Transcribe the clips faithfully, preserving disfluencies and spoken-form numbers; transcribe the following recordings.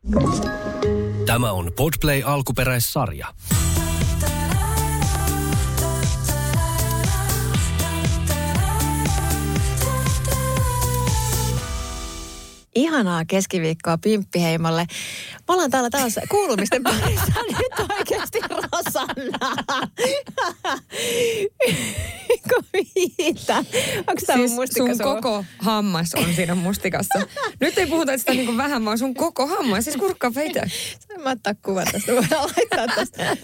Tämä on Podplay alkuperäissarja. Ihanaa keskiviikkoa Pimppiheimolle. Me ollaan täällä taas kuulumisten parissa nyt oikeasti Rosanna. Mitä? Onko tämä siis mun mustikka sun koko hammas on siinä mustikassa. Nyt ei puhuta sitä niin kuin vähän, vaan sun koko hammas. Siis kurkkaapa itse. Sain mä ottaa kuvan tästä. Voidaan laittaa tästä.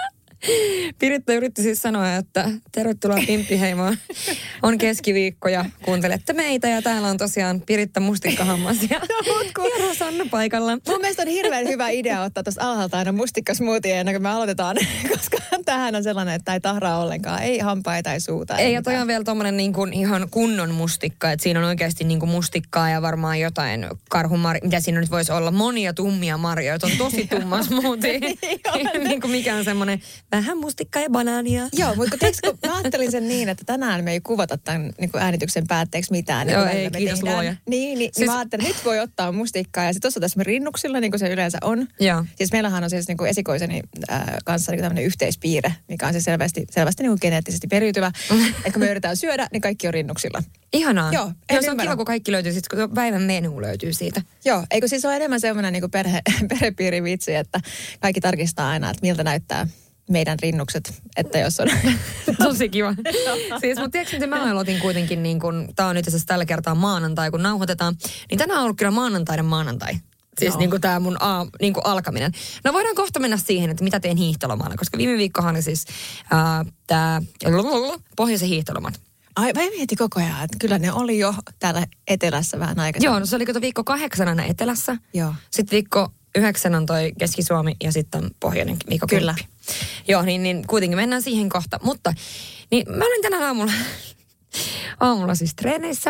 Piritta yritti siis sanoa, että tervetuloa Pimppiheimoon. On keskiviikko ja kuuntelette meitä ja täällä on tosiaan Piritta mustikkahammas ja, ja Rosanna paikalla. Mun mielestä on hirveän hyvä idea ottaa tuossa alhaalta aina mustikkasmoothie ennen kuin me aloitetaan, koska tämähän on sellainen, että ei tahraa ollenkaan, ei hampaita, ei suuta. Ei, ei ja toi on vielä tommonen niin kuin ihan kunnon mustikka, että siinä on oikeasti niin kuin mustikkaa ja varmaan jotain karhumari, mitä siinä nyt voisi olla, monia tummia marjoja, on tosi tumma smoothie. Niin kuin mikään semmoinen vähän mustikkaa ja banaania. Joo, mutta teekö, kun mä ajattelin sen niin, että tänään me ei kuvata tämän niin kuin äänityksen päätteeksi mitään. Joo, niin ei, kiitos luoja. Niin, niin, siis... mä ajattelin, että nyt voi ottaa mustikkaa ja sitten tuossa tässä rinnuksilla, niin kuin se yleensä on. Joo. Siis meillähän on siis niin kuin esikoiseni äh, kanssa niin tämmöinen yhteispiirre, mikä on siis selvästi, selvästi niin kuin geneettisesti periytyvä. Että kun me yritetään syödä, niin kaikki on rinnuksilla. Ihanaa. Joo, Joo, se on kiva, kun kaikki löytyy, sit, kun päivän menu löytyy siitä. Joo, eikö siis ole enemmän semmoinen niin kuin perhe, perhepiirivitsi, että kaikki tarkistaa aina, että miltä näyttää meidän rinnukset, että jos on... Tosi kiva. Siis, mutta tiedätkö, että mä aloitin kuitenkin, niin kun, tää on nyt itse tällä kertaa maanantai, kun nauhoitetaan, niin tänään on ollut kyllä maanantaiden maanantai. Siis no. niin kuin tää mun a, niin kuin alkaminen. No voidaan kohta mennä siihen, että mitä teen hiihtolomalla, koska viime viikkohan oli siis ää, tää pohjoisen hiihtolomat. Ai, mä mietin koko ajan, että kyllä ne oli jo täällä etelässä vähän aikaisemmin. Joo, no se oli kato viikko kahdeksan aina etelässä. Joo. Sitten viikko yhdeksän on toi Keski-Suomi ja sitten on pohjoinen viikko Kyllä. kymppi. Joo, niin, niin kuitenkin mennään siihen kohta. Mutta niin mä olin tänään aamulla, aamulla siis treeneissä.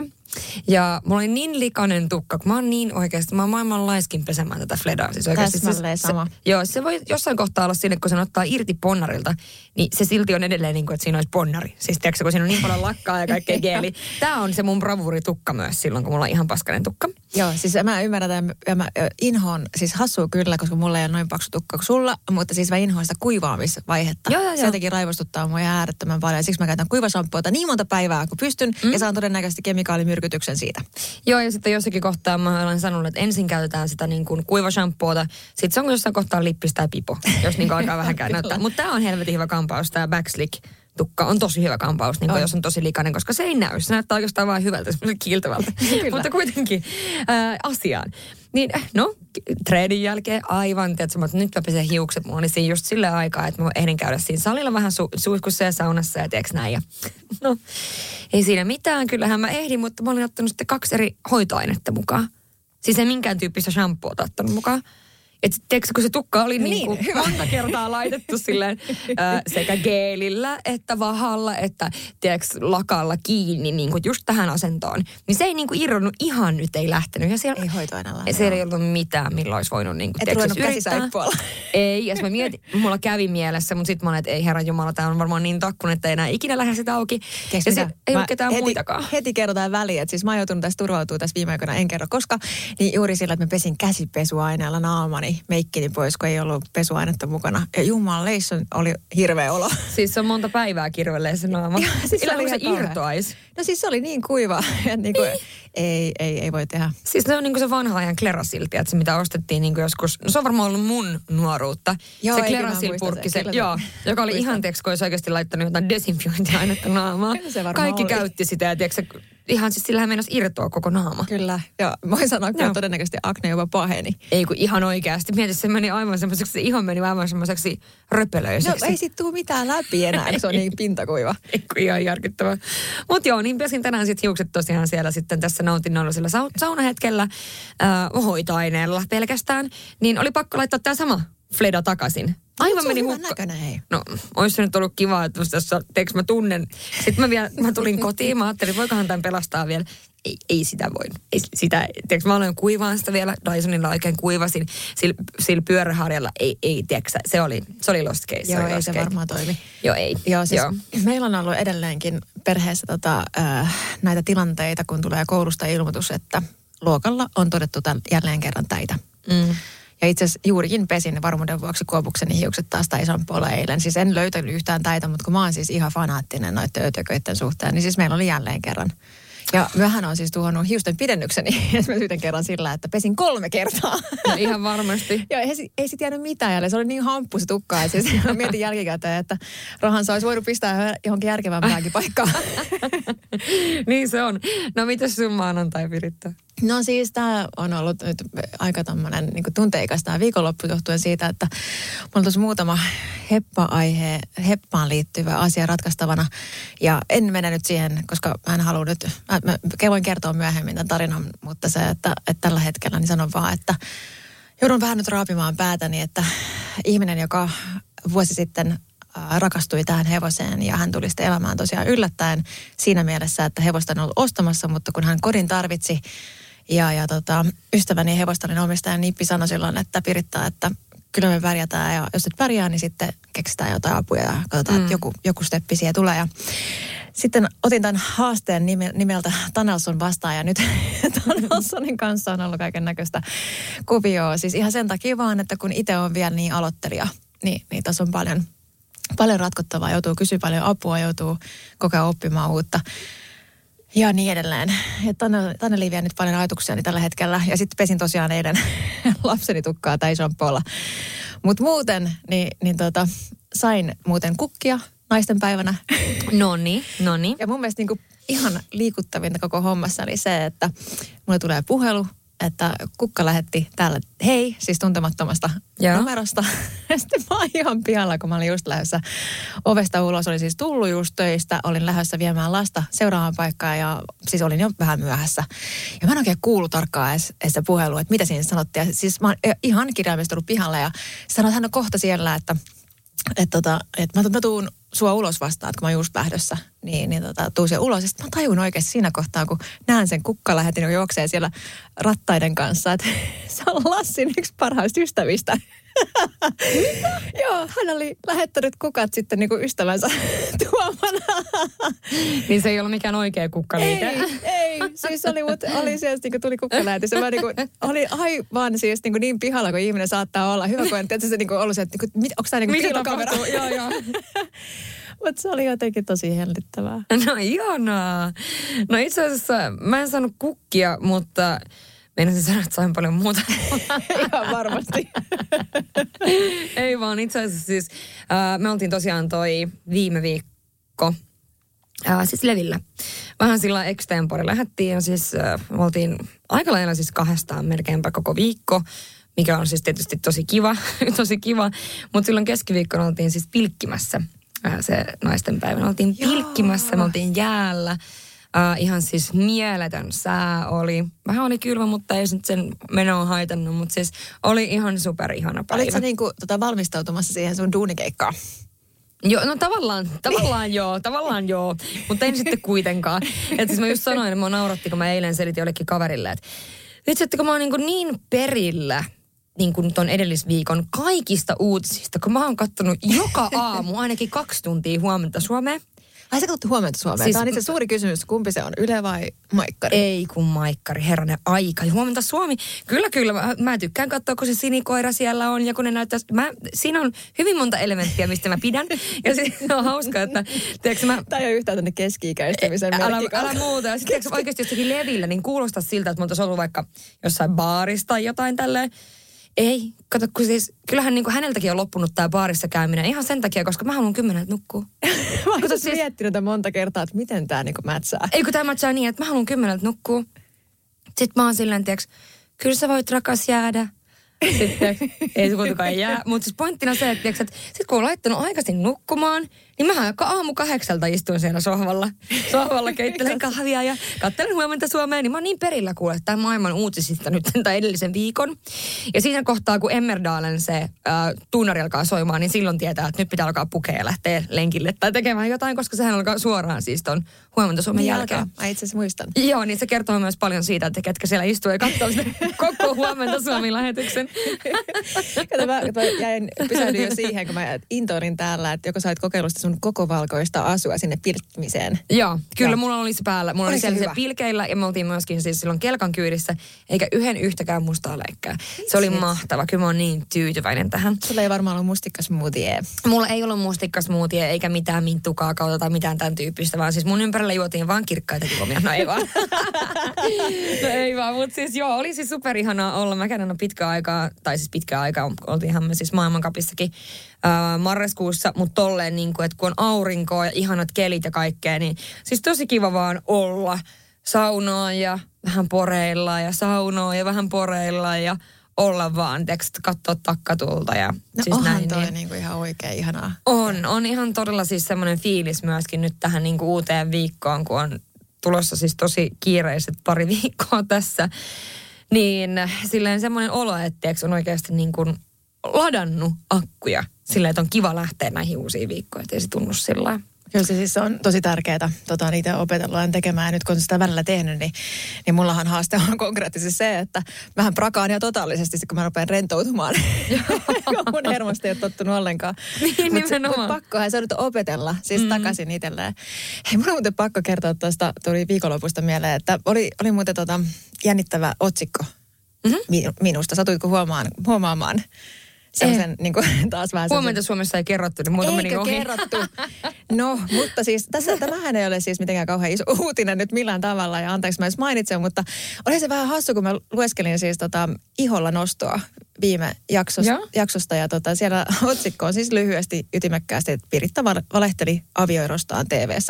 Ja mulla oli niin likainen tukka, kun mä oon niin oikeasti, mä oon maailman laiskin pesemään tätä fledaa. Siis oikeasti Täsmälleen se, sama. Se, joo, se voi jossain kohtaa olla sinne, kun sen ottaa irti ponnarilta, niin se silti on edelleen niin kuin, että siinä olisi ponnari. Siis tiedätkö, kun siinä on niin paljon lakkaa ja kaikkea geeli. Tää on se mun bravuritukka myös silloin, kun mulla on ihan paskainen tukka. Joo, siis mä ymmärrän tämän, ja mä inhoon, siis hassua kyllä, koska mulla ei ole noin paksu tukka kuin sulla, mutta siis mä inhoon sitä kuivaamisvaihetta. Joo, joo, joo. Se jotenkin raivostuttaa mua äärettömän paljon. Siksi mä käytän kuivashampoota niin monta päivää kuin pystyn, mm. ja saan todennäköisesti kemikaalimyrkytyksen siitä. Joo, ja sitten jossakin kohtaa mä olen sanonut, että ensin käytetään sitä niin kuin kuivashampoota, sitten se on jossain kohtaa lippis tai pipo, jos niin kuin alkaa vähänkään näyttää. Mutta tämä on helvetin hyvä kampaus, tämä Backslick tukka on tosi hyvä kampaus, niin kuin jos on tosi likainen, koska se ei näy. Se näyttää oikeastaan vain hyvältä, kiiltävältä. Mutta kuitenkin äh, asiaan. Niin, no, treenin jälkeen aivan, tiedätkö, että nyt mä pesen hiukset. Mulla oli siinä just sillä aikaa, että mä ehdin käydä siinä salilla vähän su- suihkussa ja saunassa ja tiedätkö näin. Ja, no, ei siinä mitään, kyllähän mä ehdin, mutta mä olin ottanut sitten kaksi eri hoitoainetta mukaan. Siis ei minkään tyyppistä shampoota ottanut mukaan. Että tiedätkö, kun se tukka oli niin, niin kuin monta kertaa laitettu silleen äh, sekä geelillä, että vahalla, että tiedätkö, lakalla kiinni niin kuin just tähän asentoon. Niin se ei niin kuin irronnut ihan nyt, ei lähtenyt. Ja siellä, ei hoitoaineella. Se ei ollut mitään, milloin olisi voinut niin kuin, et ruvennut käsisaippualla. Ei, ja mä mietin, mulla kävi mielessä, mutta sitten mä olin, että ei herran jumala, tämä on varmaan niin takkun, että ei enää ikinä lähde sitä auki. Tiedätkö ja sitten ei mä ole ketään heti, muitakaan. Heti kerrotaan väliin, että siis mä oon joutunut tässä turvautua tässä viime aikoina, en kerro koska, niin juuri sillä, että mä pesin käsipesuaineella naamani meikkini pois, kun ei ollut pesuainetta mukana. Ja jumaleissa oli hirveä olo. Siis se on monta päivää kirvelee se naama. Siis Ilman kuin se irtoaisi. No siis se oli niin kuiva, että niinku, ei, ei, ei voi tehdä. Siis se on niin kuin se vanha ajan Klerasilti, että se mitä ostettiin niin kuin joskus, no se on varmaan ollut mun nuoruutta. Joo, se Klerasil-purkki, se, se, joo, joka oli muistan. Ihan, tiedätkö, kun olisi oikeasti laittanut jotain desinfiointiainetta naamaan. Kaikki oli. Käytti sitä ja tiedätkö, ihan siis sillähän meinasi irtoa koko naama. Kyllä, joo. Voin sanoa, että todennäköisesti akne jopa paheni. Ei kun ihan oikeasti. Mieti, se meni aivan semmoiseksi, se ihon meni aivan semmoiseksi röpelöiseksi. No ei sit tuu mitään läpi enää, kun se on niin pintakuiva. Ei kun ihan järkyttävää. Mutta joo, niin pesin tänään sit hiukset tosiaan siellä sitten tässä nautinnollisella sa- saunahetkellä äh, hoitoaineella pelkästään. Niin oli pakko laittaa tää sama fleda takaisin. Aivan meni hukka. Näköinen, hei. No, olisi se nyt ollut kiva, että tässä, teekö mä tunnen. Sitten mä vielä, mä tulin kotiin, mä ajattelin, voikohan tämän pelastaa vielä. Ei, ei sitä voi. Ei sitä, teekö mä aloin kuivaan sitä vielä, Dysonilla oikein kuivasin, sillä, sillä pyöräharjalla, ei, ei, tiedätkö se oli, se oli lost case. Joo, se ei se varmaan toimi. Joo, ei. Joo, siis Joo. Meillä on ollut edelleenkin perheessä tota, äh, näitä tilanteita, kun tulee koulusta ilmoitus, että luokalla on todettu tämän jälleen kerran täitä. Mm. Ja itse asiassa juurikin pesin varmuuden vuoksi kuopukseni hiukset taas Taisanpolla eilen. Siis en löytänyt yhtään täitä, mutta kun mä oon siis ihan fanaattinen noiden ötököiden suhteen, niin siis meillä oli jälleen kerran. Ja myöhän on siis tuhonnut hiusten pidennykseni yhden kerran sillä, että pesin kolme kertaa. No ihan varmasti. Joo, ei, ei sit jäänyt mitään jäljellä. Se oli niin hamppu se tukka, että siis mietin jälkikäteen, että rahansa olisi voinut pistää johonkin järkevämpäänkin paikkaan. Niin se on. No mitäs sun maanantai virittää? No siis tämä on ollut nyt aika tämmöinen niin tunteikas tämä viikonloppu johtuen siitä, että mulla on tuossa muutama heppa-aihe, heppaan liittyvä asia ratkaistavana. Ja en mene nyt siihen, koska mä en halua nyt, mä, mä voin kertoa myöhemmin tämän tarinan, mutta se, että, että tällä hetkellä niin sanon vaan, että joudun vähän nyt raapimaan päätäni, että ihminen, joka vuosi sitten rakastui tähän hevoseen ja hän tuli sitten elämään tosiaan yllättäen siinä mielessä, että hevosta on ollut ostamassa, mutta kun hän kodin tarvitsi ja, ja tota, ystäväni hevostalin omistajan Nippi sanoi silloin, että Piritta, että kyllä me pärjätään ja jos et pärjää, niin sitten keksitään jotain apuja ja katsotaan, mm. että joku, joku steppi siihen tulee. Ja sitten otin tämän haasteen nimeltä Tanelson vastaan ja nyt Tanelsonin kanssa on ollut kaiken näköistä kuvioa. Siis ihan sen takia vaan, että kun itse on vielä niin aloittelija, niin, niin tässä on paljon... Paljon ratkottavaa, joutuu kysyä paljon apua, joutuu koko ajan oppimaan uutta ja niin edelleen. Taneli vie nyt paljon ajatuksiani tällä hetkellä ja sitten pesin tosiaan eilen lapseni tukkaa tai shampoolla. Mutta muuten, niin, niin tota, sain muuten kukkia naisten päivänä. Noniin, noniin. Ja mun mielestä niinku ihan liikuttavinta koko hommassa oli se, että mulle tulee puhelu, että kukka lähetti täällä hei, siis tuntemattomasta Joo. numerosta. Ja sitten mä oon ihan pihalla, kun mä olin just lähdössä ovesta ulos. Olin siis tullut just töistä, olin lähdössä viemään lasta seuraavaan paikkaan ja siis olin jo vähän myöhässä. Ja mä en oikein kuullut tarkkaan edes, edes se puhelu, että mitä siinä sanottiin. Ja siis mä oon ihan kirjaimellisesti ollut pihalle ja sanoin, että hän on kohta siellä, että, että, että, että mä, mä tuun sua ulos vastaan, että kun mä oon just lähdössä, niin, niin tota, tuu se ulos. Ja sitten mä tajun oikeasti siinä kohtaa, kun näen sen kukkalähetin ja juoksee siellä rattaiden kanssa, että se on Lassin yksi parhaista ystävistä. Joo, hän oli lähettänyt kukat sitten niin kuin ystävänsä tuomana. Niin se ei ollut mikään oikea kukkaliite. Ei, ei. Siis oli, mutta oli siellä, niin kuin tuli kukkalähetys. Se niin kuin, oli aivan siis niin, kuin niin pihalla, kun ihminen saattaa olla. Hyvä, kun en tiedä, se niin kuin ollut se, että niin kuin, onko tämä niin kuin piilokamera? Joo, joo. Mutta se oli jotenkin tosi hellittävää. No ihanaa. No itse asiassa mä en saanut kukkia, mutta meinasin sanoa, että sain paljon muuta. Ihan varmasti. Ei vaan itse asiassa siis, äh, me oltiin tosiaan toi viime viikko, äh, siis Levillä. Vähän sillä extempore lähdettiin ja siis äh, me oltiin aika lailla siis kahdestaan melkeinpä koko viikko, mikä on siis tietysti tosi kiva, tosi kiva. Mutta silloin keskiviikkona oltiin siis pilkkimässä. Äh, se naisten päivänä oltiin Joo. pilkkimässä, me oltiin jäällä. Uh, ihan siis mieletön sää oli. Vähän oli kylmä, mutta ei nyt sen menoa haitannut, mutta siis oli ihan super ihana päivä. Olitko sä niinku tota valmistautumassa siihen sun duunikeikkaan? Joo, no tavallaan, tavallaan joo, tavallaan joo, mutta en sitten kuitenkaan. Että siis mä just sanoin, että mä nauratti, kun mä eilen selitin jollekin kaverille, että vitsi, että kun mä oon niin, niin perillä niin kuin ton edellisviikon kaikista uutisista, kun mä oon kattonut joka aamu ainakin kaksi tuntia Huomenta Suomea. Ai sä katsottu Huomenta Suomea? Siis, Tämä on itse suuri kysymys, kumpi se on, Yle vai Maikkari? Ei kun Maikkari, herranen aika. Ja Huomenta Suomi, kyllä kyllä, mä, mä tykkään katsoa, kun se sinikoira siellä on ja kun ne näyttää, mä, siinä on hyvin monta elementtiä, mistä mä pidän. Ja se on hauska, että tiedätkö mä... Tämä ei ole yhtään tänne keski-ikäistymisen merkki. Älä, älä muuta. Ja sitten oikeasti jossakin Levillä, niin kuulostaa siltä, että me oltaisiin ollut vaikka jossain baarissa tai jotain tälleen. Ei, kato, kun siis, kyllähän niin kuin häneltäkin on loppunut tämä baarissa käyminen ihan sen takia, koska mä haluan kymmeneltä nukkua. Mä oon siis miettinyt monta kertaa, että miten tämä niin kuin mätsää. Ei kun tämä mätsää niin, että mä haluan kymmeneltä nukkua. Sitten mä oon silleen, tiiäks, kyllä sä voit rakas jäädä. Sitten ei se kuitenkaan jää. Mutta siis pointtina se, että, tiiäks, että sit kun on laittanut aikaisin nukkumaan, niin mähän aamu kahdeksalta istun siellä sohvalla. Sohvalla keittelen kahvia ja katselen Huomenta Suomea. Niin mä oon niin perillä kuule, että tämän maailman uutisista nyt tai edellisen viikon. Ja siinä kohtaa, kun Emmerdalen se äh, tuunari alkaa soimaan, niin silloin tietää, että nyt pitää alkaa pukea ja lähteä lenkille tai tekemään jotain, koska sehän alkaa suoraan siis ton Huomenta Suomen niin jälkeen. Alkaa. Mä itse asiassa muistan. Joo, niin se kertoo myös paljon siitä, että ketkä siellä istuu ja katsoo sitä koko Huomenta Suomen lähetyksen. Kato, mä, mä jäin, pysähdyin jo siihen, kun mä intoilin täällä, että joko sä oot kokeillut sun koko valkoista asua sinne pilkkimiseen. Joo, kyllä Joo. mulla oli se päällä. Mulla Oli oli se siellä se hyvä? pilkeillä ja me oltiin myöskin siis silloin kelkan kyydissä, eikä yhden yhtäkään mustaa leikkää. Se oli mahtava. Kyllä mä oon niin tyytyväinen tähän. Sulla ei varmaan ollut mustikkasmoothie. Mulla ei ollut mustikkasmoothie eikä mitään minttukaa kautta tai mitään tämän tyyppistä, vaan siis mun ympärillä juotiin vaan kirkkaita juomia. No ei vaan. no ei vaan, mutta siis joo, oli siis superihanaa olla. Mä käyn pitkää aikaa, tai siis pitkää aikaa, oltiinhan me siis maailmankapissakin äh, marraskuussa, mutta tolleen niin kuin, että kun on aurinkoa ja ihanat kelit ja kaikkea, niin siis tosi kiva vaan olla saunoa ja vähän poreilla ja saunoa ja vähän poreilla ja olla vaan, tekst, katsoa takkatulta ja No siis onhan näin. toi Niin. niinku ihan oikein ihanaa. On, on ihan todella siis semmoinen fiilis myöskin nyt tähän niin kuin uuteen viikkoon, kun on tulossa siis tosi kiireiset pari viikkoa tässä. Niin silleen semmoinen olo, että on oikeasti niin kuin ladannut akkuja silleen, että on kiva lähteä näihin uusiin viikkoihin, ettei se tunnu sillä lailla. Kyllä se siis on tosi tärkeää tota, niitä opetellaan tekemään. Nyt kun on sitä välillä tehnyt, niin, niin mullahan haaste on konkreettisesti se, että mähän prakaan ihan totaalisesti, kun mä rupean rentoutumaan. Mun hermosta ei ole tottunut ollenkaan. Niin, Mutta nimenomaan. mut pakkohan se on nyt opetella, siis mm. takaisin itselleen. Hei, mun on muuten pakko kertoa tuosta, tuli viikonlopusta mieleen, että oli, oli muuten tota jännittävä otsikko mm-hmm. minusta. Satuitko huomaan, huomaamaan? Sellaisen niin kuin, taas vähän Huomenta Suomessa ei kerrottu, niin muuta meni ohi. kerrottu. No, mutta siis tässä, tämähän ei ole siis mitenkään kauhean iso uutinen nyt millään tavalla, ja anteeksi mä edes mainitsen, mutta oli se vähän hassu, kun mä lueskelin siis tota iholla nostoa viime jaksosta, ja, jaksosta, ja tota, siellä otsikko on siis lyhyesti ytimekkäästi, että Piritta valehteli avioerostaan T V:ssä.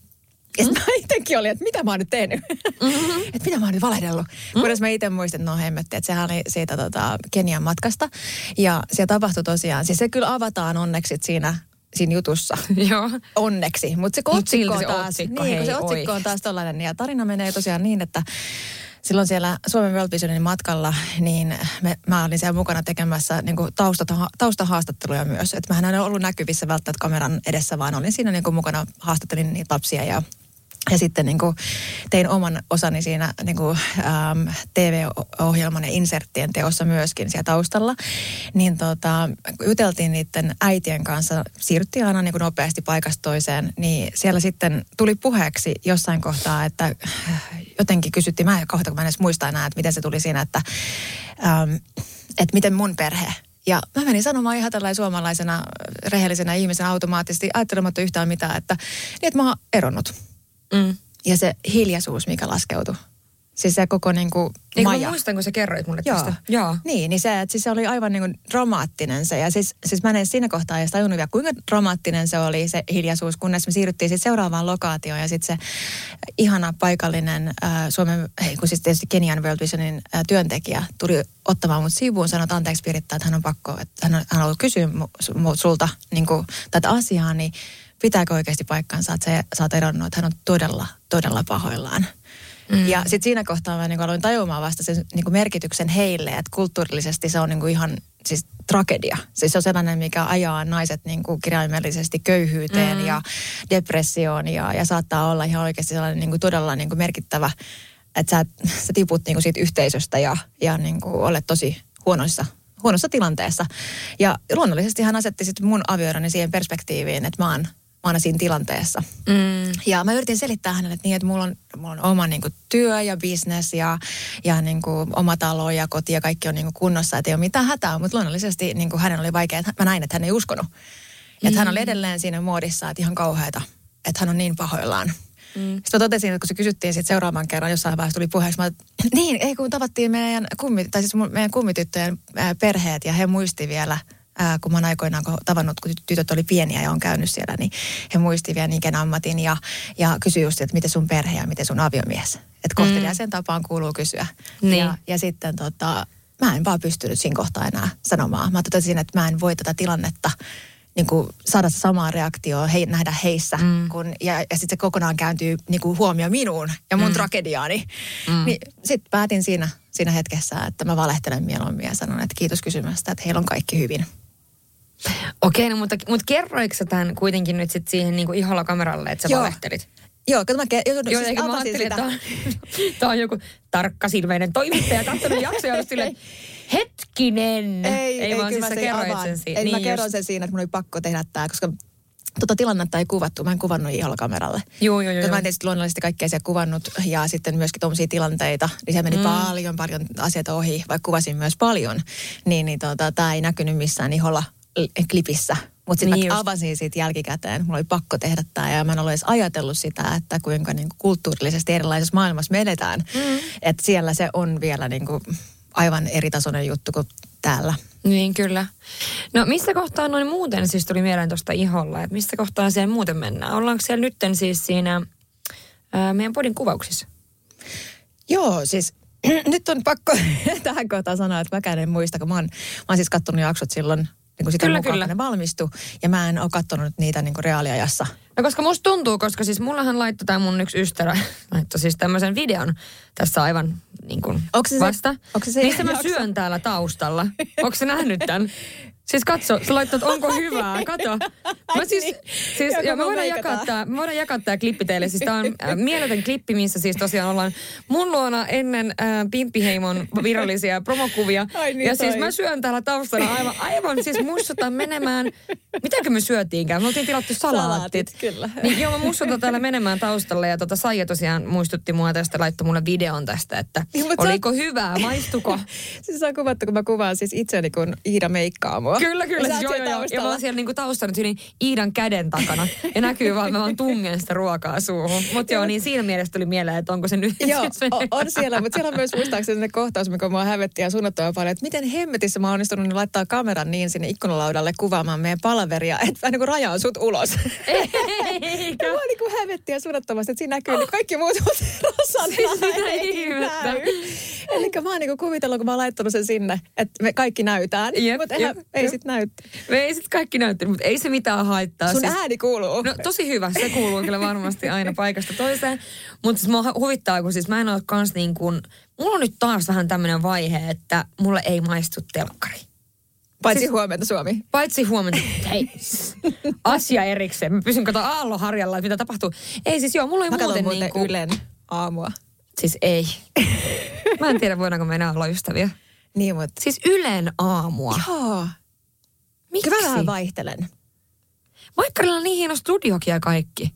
Ja mm. mä itsekin olin, että mitä mä oon nyt tehnyt? Mm-hmm. että mitä mä oon nyt valehdellut? Mm. Kunnes mä itse muistin, että no hemmetti, että sehän oli siitä tota, Kenian matkasta. Ja siellä tapahtui tosiaan, siis se kyllä avataan onneksi siinä, siinä jutussa. Joo. Onneksi. Mutta se Mut otsikko on se taas, otsikko, niin, hei, se otsikko oi. on taas tollainen. Ja tarina menee tosiaan niin, että silloin siellä Suomen World Visionin matkalla, niin me, mä olin siellä mukana tekemässä niin kuin taustata, taustahaastatteluja myös. Että mähän en ole ollut näkyvissä välttämättä kameran edessä, vaan olin siinä niin kuin mukana, haastattelin niitä lapsia ja Ja sitten niin kuin tein oman osani siinä niin kuin, äm, T V-ohjelman ja inserttien teossa myöskin siellä taustalla. Niin tota, juteltiin niiden äitien kanssa, siirryttiin aina niin kuin nopeasti paikasta toiseen. Niin siellä sitten tuli puheeksi jossain kohtaa, että jotenkin kysyttiin, mä en kohta, kun mä en edes muista enää, että miten se tuli siinä, että, äm, että miten mun perhe. Ja mä menin sanomaan ihan tällainen suomalaisena, rehellisenä ihmisenä automaattisesti, ajattelematta yhtään mitään, että, niin, että mä oon eronnut. Mm. Ja se hiljaisuus, mikä laskeutui. Siis se koko niinku Eikö maja. mä muistan, kun sä kerroit mulle Joo. tästä? Joo. Niin, niin se, että siis se oli aivan niinku dramaattinen se. Ja siis, siis mä en siinä kohtaa edes tajunnut vielä, kuinka dramaattinen se oli se hiljaisuus, kunnes me siirryttiin sitten seuraavaan lokaatioon. Ja sitten se ihana paikallinen äh, Suomen, hei, kun siis tietysti Kenian World Visionin äh, työntekijä tuli ottamaan mut sivuun, sanoi, että anteeksi Piritta, että hän on pakko, että hän on, hän on ollut kysyä mu, sulta niinku, tätä asiaa, niin pitääkö oikeasti paikkansa, että sä, sä oot eronnut, että hän on todella, todella pahoillaan. Mm. Ja sitten siinä kohtaa mä niin aloin tajumaan vasta sen niin merkityksen heille, että kulttuurillisesti se on niin ihan siis tragedia. Siis se on sellainen, mikä ajaa naiset niin kirjaimellisesti köyhyyteen mm. ja depressioon ja, ja saattaa olla ihan oikeasti sellainen niin todella niin merkittävä, että sä, sä tiput niin siitä yhteisöstä ja, ja niin olet tosi huonoissa huonossa tilanteessa. Ja luonnollisesti hän asetti sitten mun avioeroni siihen perspektiiviin, että mä oon mä oon siinä tilanteessa. Mm. Ja mä yritin selittää hänelle, että niin, että mulla on, mulla on oma niin kuin, työ ja business ja, ja niin kuin, oma talo ja koti ja kaikki on niin kuin, kunnossa, että ei ole mitään hätää. Mutta luonnollisesti niin kuin, hänen oli vaikea, että mä näin, että hän ei uskonut. Mm. Että hän oli edelleen siinä muodissa, että ihan kauheata, että hän on niin pahoillaan. Mm. Sitten mä totesin, että kun se kysyttiin sitten seuraavan kerran, jossain vaiheessa tuli puheeksi, mä että niin, ei kun tavattiin meidän, kummi, tai siis meidän kummityttöjen perheet ja he muisti vielä, Ää, kun mä oon aikoinaan tavannut, kun tytöt oli pieniä ja on käynyt siellä, niin he muisti vielä niinkään ammatin ja, ja kysyi just, että miten sun perhe ja miten sun aviomies. Että kohteliaisen mm. tapaan kuuluu kysyä. Niin. Ja, ja sitten tota, mä en vaan pystynyt siinä kohtaa enää sanomaan. Mä totesin, että mä en voi tätä tilannetta niin kuin saada samaa reaktioa, he, nähdä heissä. Mm. Kun, ja ja sitten se kokonaan kääntyy niin kuin huomio minuun ja mun mm. tragediaani. Mm. Niin sitten päätin siinä, siinä hetkessä, että mä valehtelen mieluummin ja sanon, että kiitos kysymästä, että heillä on kaikki hyvin. Okei, no mutta, mutta kerroiko sä tämän kuitenkin nyt sitten siihen niin kuin iholla kameralle, että sä Joo. valehtelit? Joo, kun mä ke- joudun, Joo, siis eikä mä ajattelin, sitä. että tämä on joku tarkkasilmäinen toimittaja katsonut jaksoja, jos silleen, hetkinen. Ei, ei, ei vaan siis mä sä sen kerroit avaan. sen siinä. Ei, niin mä kerron just. sen siinä, että mun oli pakko tehdä tämä, koska tota tilannetta ei kuvattu. Mä en kuvannut iholla kameralle. Joo, joo, joo. Mä en tietysti luonnollisesti kaikkea siellä kuvannut ja sitten myöskin tuommoisia tilanteita, niin se meni mm. paljon, paljon asioita ohi, vaikka kuvasin myös paljon, niin, niin tota, tämä ei näkynyt missään iholla klipissä. Mutta sitten niin mä avasin siitä jälkikäteen. Mulla oli pakko tehdä tämä ja mä en ole edes ajatellut sitä, että kuinka niinku kulttuurillisesti erilaisessa maailmassa me edetään. Mm. Että siellä se on vielä niinku aivan eritasoinen juttu kuin täällä. Niin, kyllä. No missä kohtaa noin muuten siis tuli mieleen tuosta iholla, että missä kohtaa siellä muuten mennään? Ollaanko siellä nytten siis siinä ää, meidän podin kuvauksissa? Joo, siis nyt on pakko tähän kohtaan sanoa, että mäkään en muista, kun mä oon, mä oon siis kattonut jaksot silloin, niin kuin sitä kyllä, mukaan, kyllä. kun ne valmistui, ja mä en ole kattonut niitä niin kuin reaaliajassa. No koska musta tuntuu, koska siis mullahan laittoi tämä mun yksi ystävä, laittoi siis tämmöisen videon tässä aivan niin kuin se vasta. Se, onko se se Missä mä jakso? syön täällä taustalla. Onko se nähnyt tämän? Siis katso, sä laittat, onko hyvää, kato. Mä siis, siis ja me voidaan jakaa tää, me voidaan jakaa tää klippi teille. Siis tää on äh, mieletön klippi, missä siis tosiaan ollaan mun luona ennen äh, Pimppiheimon virallisia promokuvia. Ai niin, ja toi. Siis mä syön täällä taustalla aivan, aivan siis muistutan menemään, mitäkö me syötiinkään? Me oltiin tilattu salaatit. Salaatit, kyllä. Niin joo, mä muistutan täällä menemään taustalle ja tota Saija tosiaan muistutti mua tästä, laittoi mulle videon tästä, että niin, oliko on... hyvää, maistuko? Siis se on kuvattu, kun mä kuvaan siis itseäni, kun Iida meikkaa mua. Kyllä, kyllä. Siis joo, joo, joo. Ja mä oon siellä niinku taustalla nyt Iidan käden takana. Ja näkyy vaan, että mä vaan tungen sitä ruokaa suuhun. Mutta joo, niin siinä mielessä tuli mieleen, että onko se nyt... Joo, on, on siellä. Mutta siellä on myös muistaakseni sellainen kohtaus, mikä mua hävetti ja suunnattoman paljon, että miten hemmetissä mä oon onnistunut niin laittaa kameran niin sinne ikkunalaudalle kuvaamaan meidän palaveria, että mä niin kuin rajaan sut ulos. Eikä. Ja mua niin kuin hävetti ja suunnattomasti, että siinä näkyy oh. kaikki muut Rosanna ei näy. Eli mä oon niin kuin kuvitellut, kun mä oon laittanut sen sinne, että me kaikki näytään. Mutta ei sit näytti. Me ei sit kaikki näyttänyt, mutta ei se mitään haittaa. Sun siis, ääni kuuluu. No tosi hyvä, se kuuluu kyllä varmasti aina paikasta toiseen. Mutta siis mua huvittaa, kun siis mä en ole kans niin kuin, mulla on nyt taas vähän tämmöinen vaihe, että mulle ei maistu telkkari. Paitsi siis, huomenta Suomi. Paitsi huomenta. Hei, asia erikseen. Mä pysyn kato aallonharjalla, että mitä tapahtuu. Ei siis joo, mulla ei mä muuten muuten niin kuin... Ylen aamua. Siis ei. Mä en tiedä, voidaanko me enää olla ystäviä. Niin, mutta... Siis Ylen aamua. Joo. Miksi? Kyllä vähän vaihtelen. Maikkarilla on niin hieno studiokin ja kaikki.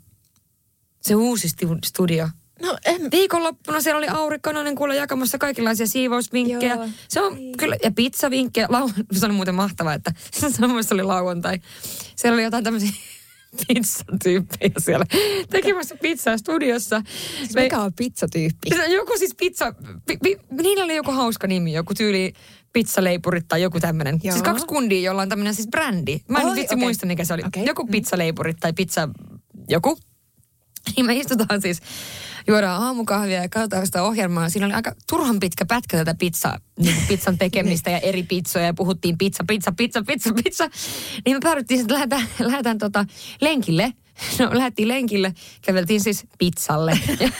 Se uusi studio. No en... Viikonloppuna siellä oli Auri Kananen kuule jakamassa kaikenlaisia siivousvinkkejä. Joo, se on niin. Kyllä, ja pizzavinkkejä. Lau... Se on muuten mahtavaa, että se oli lauantai. Siellä oli jotain tämmöisiä pizzatyyppejä siellä tekemässä pizzaa studiossa. Siis Me... mikä on pizzatyyppi? Joku siis pizza... Pi, pi, niillä oli joku hauska nimi, joku tyyli pizzaleipurit tai joku tämmöinen. Siis kaksi kundia, jolla on tämmöinen siis brändi. Mä en Oi, vitsi okay. muista, mikä se oli. Okay. Joku pizzaleipurit tai pizza... Joku. Niin me istutaan siis, juodaan aamukahvia ja katsotaan sitä ohjelmaa. Siinä oli aika turhan pitkä pätkä tätä pizza, niin pizzan tekemistä ja eri pizzoja ja puhuttiin pizza, pizza, pizza, pizza, pizza. Niin me päädyttiin, että lähdetään, lähdetään tota lenkille. No lähdettiin lenkille, käveltiin siis pizzalle.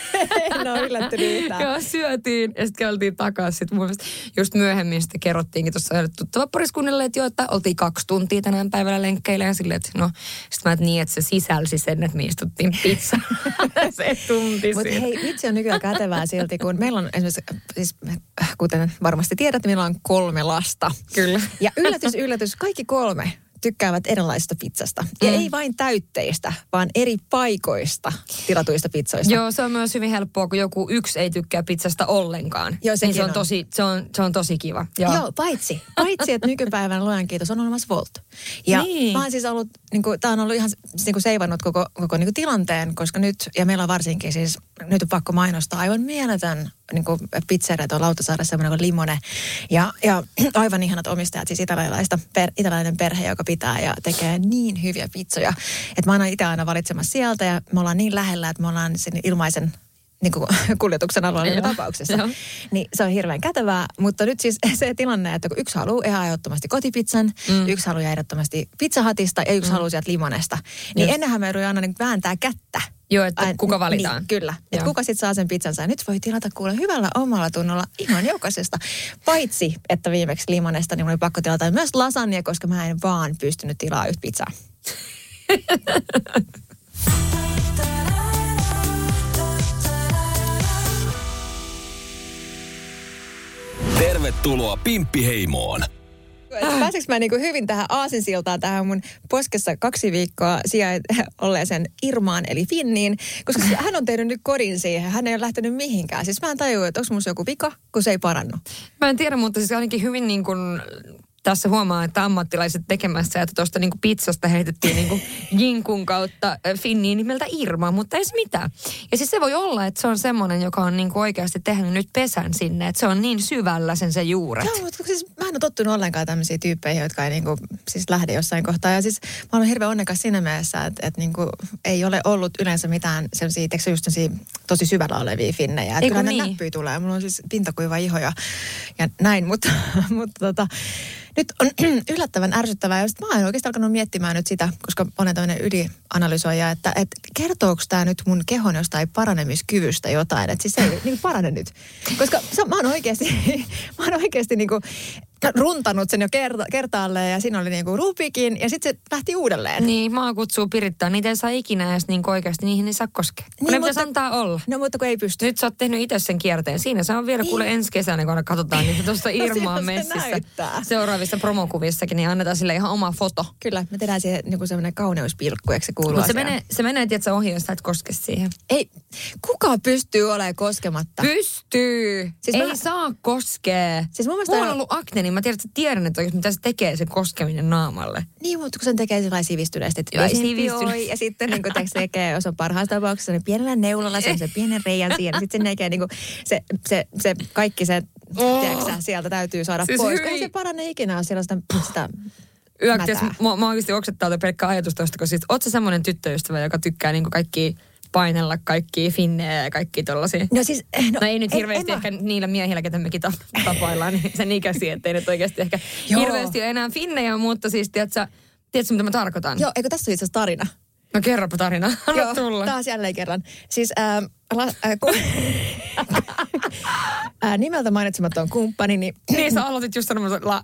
No yllättynyt yhtään. Joo, syötiin ja sitten käveltiin takaisin. Sitten mun mielestä just myöhemmin sitten kerrottiinkin tuossa tuttava pariskunnille, että joo, että oltiin kaksi tuntia tänään päivällä lenkkeillä ja silleen, että no, sitten mä, että niin, että se sisälsi sen, että me istuttiin pizza. Se tunti Mutta hei, vitsi on nykyään kätevää silti, kun meillä on esimerkiksi, siis kuten varmasti tiedät, meillä on kolme lasta. Kyllä. Ja yllätys, yllätys, kaikki kolme tykkäävät erilaisista pizzasta. Ja mm. ei vain täytteistä, vaan eri paikoista tilatuista pizzoista. Joo, se on myös hyvin helppoa, kun joku yksi ei tykkää pizzasta ollenkaan. Joo, niin se on, on. Tosi, se, on, se on tosi kiva. Joo, Joo paitsi, paitsi että nykypäivänä luojan kiitos on olemassa Volt. Ja niin. Mä oon siis ollut, niin kuin, tää on ollut ihan niin kuin seivannut koko, koko niin kuin tilanteen, koska nyt, ja meillä on varsinkin siis, nyt on pakko mainostaa aivan mieletön niin kuin pizzeria tuolla Lauttasaaressa, semmoinen kuin Limone. Ja, ja aivan ihanat omistajat, siis italialaista, per, italialainen perhe, joka pitää ja tekee niin hyviä pizzoja. Että mä oon itse aina valitsemassa sieltä ja me ollaan niin lähellä, että me ollaan sen ilmaisen niin kuin kuljetuksen alueella tapauksessa. Joo. Niin se on hirveän kätevää, mutta nyt siis se tilanne, että kun yksi haluaa ihan ehdottomasti kotipizzan, mm. yksi haluaa ehdottomasti pizzahatista ja yksi mm. haluaa sieltä Limonesta. Niin Just. ennenhän me jouduin aina niin vääntää kättä. Joo, että Ain, kuka valitaan. Niin, kyllä. Että kuka sitten saa sen pizzansa. Ja nyt voi tilata kuule hyvällä omalla tunnolla ihan jokaisesta. Paitsi, että viimeksi Limonesta niin mun oli pakko tilata myös lasagne, koska mä en vaan pystynyt tilaa yhtä pizzaa. Tervetuloa Pimppiheimoon. pääsenkö mä niinku hyvin tähän aasinsiltaan, tähän mun poskessa kaksi viikkoa sijaan olleeseen Irmaan, eli Finniin, koska hän on tehnyt nyt kodin siihen. Hän ei ole lähtenyt mihinkään. Siis mä en tajua, että onko musta joku vika, kun se ei parannu. Mä en tiedä, mutta siis ainakin hyvin niin kuin tässä huomaa, että ammattilaiset tekemässä, että tuosta niinku pizzasta heitettiin niinku jinkun kautta Finniin nimeltä Irma, mutta ei se mitään. Ja siis se voi olla, että se on semmoinen, joka on niinku oikeasti tehnyt nyt pesän sinne, että se on niin syvällä sen se juuret. Joo, mutta siis mä en ole tottunut ollenkaan tämmöisiä tyyppejä, jotka ei niinku siis lähde jossain kohtaa. Ja siis mä olen hirveän onnekas siinä mielessä, että, että niinku ei ole ollut yleensä mitään sellaisia, teksä just tosi syvällä olevia finnejä. Että kyllä niin. Ne näppyjä tulee. Mulla on siis pintakuiva iho ja, ja näin, mutta, mutta tota... Nyt on yllättävän ärsyttävää, ja mä oon oikeastaan alkanut miettimään nyt sitä, koska olen tämmöinen ylianalysoija, että, että kertooko tämä nyt mun kehon jostain paranemiskyvystä jotain, että siis se ei niin parane nyt. Koska mä oon oikeasti, mä oon oikeasti niin kuin runtanut sen jo kerta, kertaalleen, ja siinä oli niin kuin rupikin, ja sitten se lähti uudelleen. Niin, maa kutsuu pirittaa. Niitä ei saa ikinä edes niin oikeasti, niihin ei saa koskea. Kun niin, ne pitäisi antaa olla. No mutta kun ei pysty. Nyt sä oot tehnyt itse sen kierteen. Siinä se on vielä niin. Kuule ensi kesänä, kun katsotaan niitä tuosta Irmaan messissä. Seuraavissa promokuvissakin, niin annetaan sille ihan oma foto. Kyllä, me tehdään siihen niin semmoinen kauneuspilkku, eikö se kuulu Mutta se menee, se menee, tiedätkö, ohi, jos sä et koske siihen. Ei, kuka pystyy olemaan koskematta? Pystyy. Siis ei mä... saa koskea. Siis mun mielestä... Mulla on ollut akne, niin mä tiedän, että tiedän, että mitä se tekee, se koskeminen naamalle. Niin, mutta kun sen tekee sellainen sivistyneesti, että joo, sivistyneesti. Ja sitten niin kun se tekee, jos on parhaassa tapauksessa, niin pienellä neulalla se, se pienen reijän siihen. Sitten se tekee niin kuin se, se, se kaikki se, oh. tiedätkö, sieltä täytyy saada siis pois. Ei se parane ikinä ole sellaista sitä Yökkäs, mä, mä oikeasti oksettaa pelkkä ajatus tosta, kun siis oot sä semmoinen tyttöystävä, joka tykkää niin kuin kaikki painella kaikkia finnejä ja kaikki tollasia. No siis... No, no ei nyt hirveästi en, en ehkä mä... niillä miehillä, ketä mekin tapaillaan, niin sen ikäisiä, ettei nyt oikeasti ehkä hirveästi ole enää finnejä, mutta siis tiedätkö, tiedätkö mitä mä tarkoitan? Joo, eikö tässä ole itse asiassa tarina? No kerropa tarina, anna joo, tulla. Taas jälleen kerran. Siis äh, la, äh, ku, äh, nimeltä mainitsematon kumppani, niin... niin sä aloitit just sanomassa la...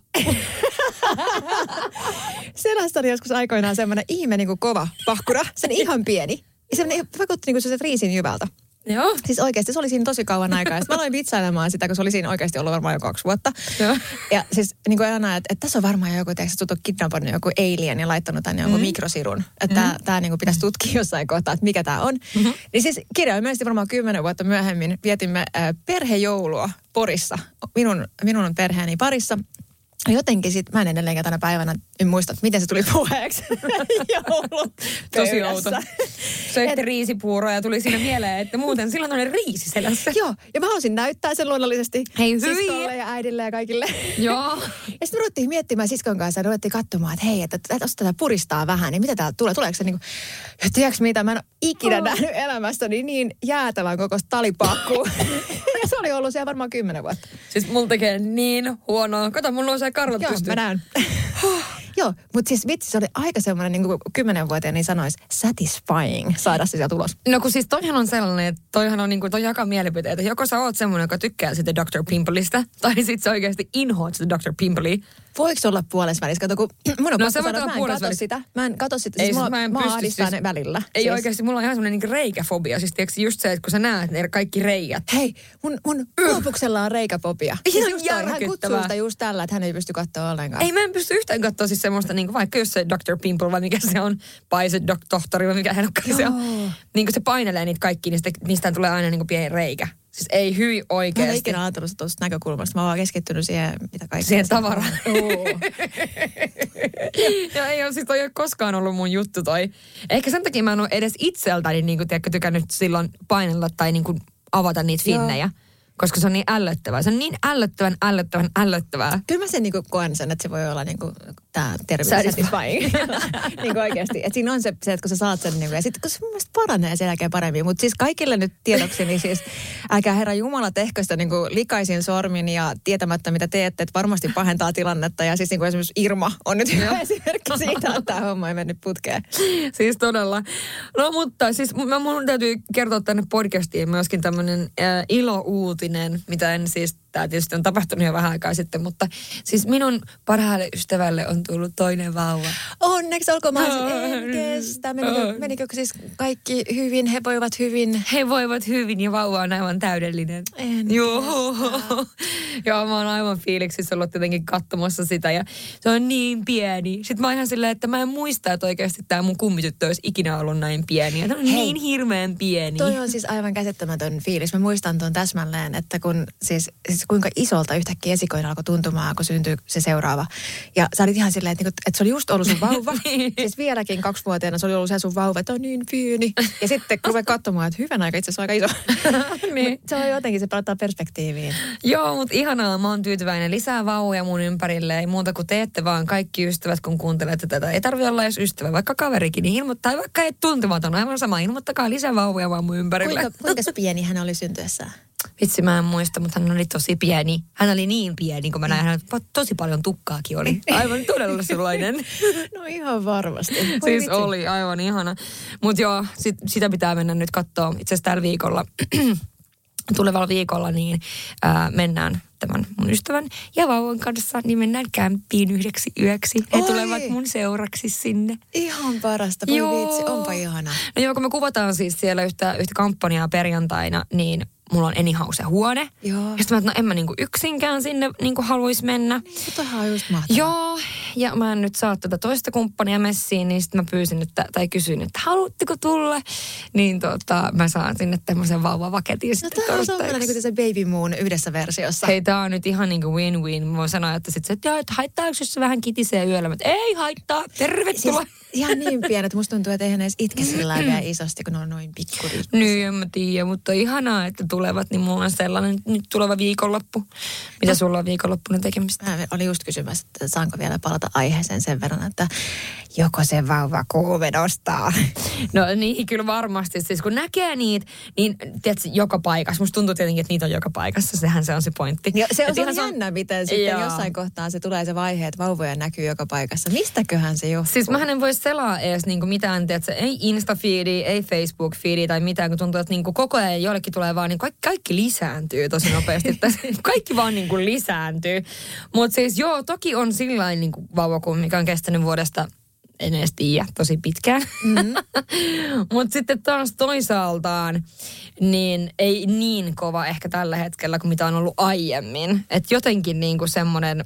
Sellaista oli joskus aikoinaan semmoinen ihme niin kuin kova pahkura, sen ihan pieni. Ja semmoinen vakuutti niin kuin se riisin jyvältä. Joo. Siis oikeasti se oli siinä tosi kauan aikaa. Sitten mä aloin vitsailemaan sitä, kun se oli siinä oikeasti ollut varmaan jo kaksi vuotta. Joo. Ja siis niin kuin aina, että, että tässä on varmaan joku, että sut on kidnappannut joku alien ja laittanut tänne jonkun mm. mikrosirun. Että mm. tämä niin kuin pitäisi tutkia jossain kohtaa, että mikä tämä on. Mm-hmm. Niin siis kirjaimellisesti varmaan kymmenen vuotta myöhemmin vietimme äh, perhejoulua Porissa. Minun, minun perheeni parissa. Jotenkin sit, mä en edelleenkään tänä päivänä en muista, että miten se tuli puheeksi joulun tosi outo. Söitte riisipuuroa ja tuli siinä mieleen, että muuten silloin on riisi selässä. Joo, ja mä halusin näyttää sen luonnollisesti hei, siskolle ja äidille ja kaikille. Joo. Ja sitten me ruvettiin miettimään siskon kanssa ja ruvettiin katsomaan, että hei, että jos tätä puristaa vähän, niin mitä täältä tulee? Tuleeko se niinku, tiedätkö mitä, mä en ole ikinä oh. nähnyt elämästäni niin jäätävän kokoista talipaakkua. Ja se oli ollut siellä varmaan kymmenen vuotta. Siis mulla tekee niin huonoa. Kato, mulla on se karvat Joo, pystyy. Joo, mä näen. Joo, mutta siis vitsi, se oli aika semmoinen niin kuin kymmenenvuotiaan, niin sanoisi satisfying saada se sieltä ulos. No kun siis toihan on sellainen, että toihan on niin kuin, toi jakaa mielipiteitä. Joko sä oot semmoinen, joka tykkää sitä doktor Pimpleista, tai sit sä oikeasti inhoat sitä doktor Pimplea. Voiko olla puolessa välissä? Kato, kun mun on no, pakko sanoa, mä en katso sitä. Mä en katso sitä, siis ei, mua, mä, en mä pysty, ahdistaa siis, ne välillä. Ei siis. Oikeasti, mulla on ihan semmoinen niin reikäfobia. Siis tiedätkö just se, että kun sä näet ne kaikki reijät. Hei, mun, mun luopuksella on reikäfobia. Ihan siis järkyttävää. Hän kutsuu sitä just tällä, että hän ei pysty katsoa ollenkaan. Ei, mä en pysty yhtään katsoa siis semmoista, niin kuin, vaikka jos se doktor Pimple vai mikä se on, Paiset tohtori vai mikä hän on, se on. Niin kuin se painelee niitä kaikki, niin sitä, niistä tulee aina niin kuin pieni reikä. Siis ei hyi oikeasti. Mä en ikinä ajatellut sitä tuosta näkökulmasta. Mä oon vaan keskittynyt siihen, mitä kaikkea. Siihen tavaraan. Ja ei ole, siis toi ei ole koskaan ollut mun juttu toi. Ehkä sen takia mä en ole edes itseltäni niin kuin, tiedätkö, tykännyt silloin painella tai niin kuin, avata niitä finnejä. Joo. Koska se on niin ällöttävää. Se on niin ällöttävän, ällöttävän, ällöttävää. Kyllä mä sen niin kuin koen sen, että se voi olla niin kuin tämä termi satisfying. Niin kuin oikeasti. Että siinä on se, se, että kun sä saat sen, niin kuin, ja sitten kun se mun mielestä paranee sen jälkeen paremmin. Mutta siis kaikille nyt tiedoksi, niin siis älkää Herra Jumala tehkö sitä niin kuin likaisin sormin ja tietämättä mitä teette, että varmasti pahentaa tilannetta. Ja siis niin kuin esimerkiksi Irma on nyt hyvä esimerkki siitä, että tämä homma ei mennyt putkeen. Siis todella. No mutta siis mun täytyy kertoa tänne podcastiin myöskin tämmöinen äh, ilouutinen, mitä en siis Tämä tietysti on tapahtunut jo vähän aikaa sitten, mutta siis minun parhaalle ystävälle on tullut toinen vauva. Onneksi olkoon, mä en kestä. Menikö, menikö siis kaikki hyvin? He voivat hyvin? He voivat hyvin ja vauva on aivan täydellinen. En Joo. Joo, mä oon aivan fiiliksissä ollut jotenkin katsomassa sitä ja se on niin pieni. Sitten mä oon ihan silleen, että mä en muista, että oikeasti tämä mun kummityttö olisi ikinä ollut näin pieni. Tämä on Hei, niin hirveän pieni. Toi on siis aivan käsittämätön fiilis. Mä muistan tuon täsmälleen, että kun siis, siis kuinka isolta yhtäkkiä esikoinen alkoi tuntumaan, kun syntyi se seuraava. Ja sä olit ihan silleen, että, että se oli just ollut sun vauva. Niin. Siis vieläkin kaksivuotiaana se oli ollut se sun vauva, että on niin pieni. Ja sitten kun rupeat katsomaan, että hyvän aika itse asiassa aika iso. Niin. Se on jotenkin, se palauttaa perspektiiviin. Joo, mutta ihanaa. Mä oon tyytyväinen. Lisää vauvoja mun ympärille. Ei muuta kuin teette vaan kaikki ystävät, kun kuuntelette tätä. Ei tarvitse olla edes ystävä, vaikka kaverikin. Niin ilmoittaa, vaikka ei tuntematon. Aivan sama. Ilmoittakaa lisää vauvoja vaan mun ympärille. Kuinka, kuinka pieni hän oli syntyessään? Vitsi, mä en muista, mutta hän oli tosi pieni. Hän oli niin pieni, kun mä näin, hän tosi paljon tukkaakin oli. Aivan todella sellainen. No ihan varmasti. Voi siis vitsi. Oli aivan ihana. Mutta joo, sit, sitä pitää mennä nyt katsoa. Itse asiassa tällä viikolla, tulevalla viikolla, niin ää, mennään tämän mun ystävän ja vauvan kanssa, niin mennään kämppiin yhdeksi yöksi. He Oi. tulevat mun seuraksi sinne. Ihan parasta, voi Joo. vitsi, onpa ihanaa. No joo, kun me kuvataan siis siellä yhtä, yhtä kampanjaa perjantaina, niin mulla on anyhouse-huone. Joo. Ja sitten mä, että no en mä niinku yksinkään sinne niinku haluaisi mennä. Totahan on just mahtavaa. Joo, ja mä en nyt saa tätä toista kumppania messiin, niin sitten mä pyysin, että, tai kysyin, että haluatteko tulla? Niin tota, mä saan sinne tämmöisen vauvavaketin No sitten tämä on torstaiksi. sellainen niin kuin se Baby Moon yhdessä versiossa. Hei, tää on nyt ihan niin kuin win-win. Mä voin sanoa, että sit se, että, että haittaako, jos se vähän kitisee yöllä? Mä, ei haittaa, tervetuloa. Siis ihan niin pienet. Musta tuntuu, että eihän ne edes itke sillä lailla vielä isosti, kun ne on noin pikkuriikkuisia. Niin, en mä tiedä, mutta ihanaa, että tulevat, niin mulla on sellainen nyt tuleva viikonloppu. Mitä sulla on viikonloppuna tekemistä? Mä olin just kysymässä, että saanko vielä palata aiheeseen sen verran, että joko se vauva kuume nostaa. No niin, kyllä varmasti. Siis kun näkee niitä, niin tiedätkö, joka paikassa. Musta tuntuu tietenkin, että niitä on joka paikassa. Sehän se on se pointti. Ja se on, Et se on ihan jännä, miten sitten Joo. jossain kohtaa se tulee se vaihe, että vauvoja näkyy joka paikassa. Mistäköhän se johtuu? Siis mähän en voi selaa edes niinku mitään, tiedätkö, ei Insta-feedi, ei Facebook-feedi tai mitään, kun tuntuu, että niinku koko ajan jollekin tulee vaan, niin kaikki, kaikki lisääntyy tosi nopeasti. Kaikki vaan niinku lisääntyy. Mutta siis joo, toki on sillain niinku vauvakuun, mikä on kestänyt vuodesta, en edes tiedä, tosi pitkään. Mm-hmm. Mutta sitten taas toisaaltaan, niin ei niin kova ehkä tällä hetkellä kuin mitä on ollut aiemmin. Että jotenkin niinku semmoinen,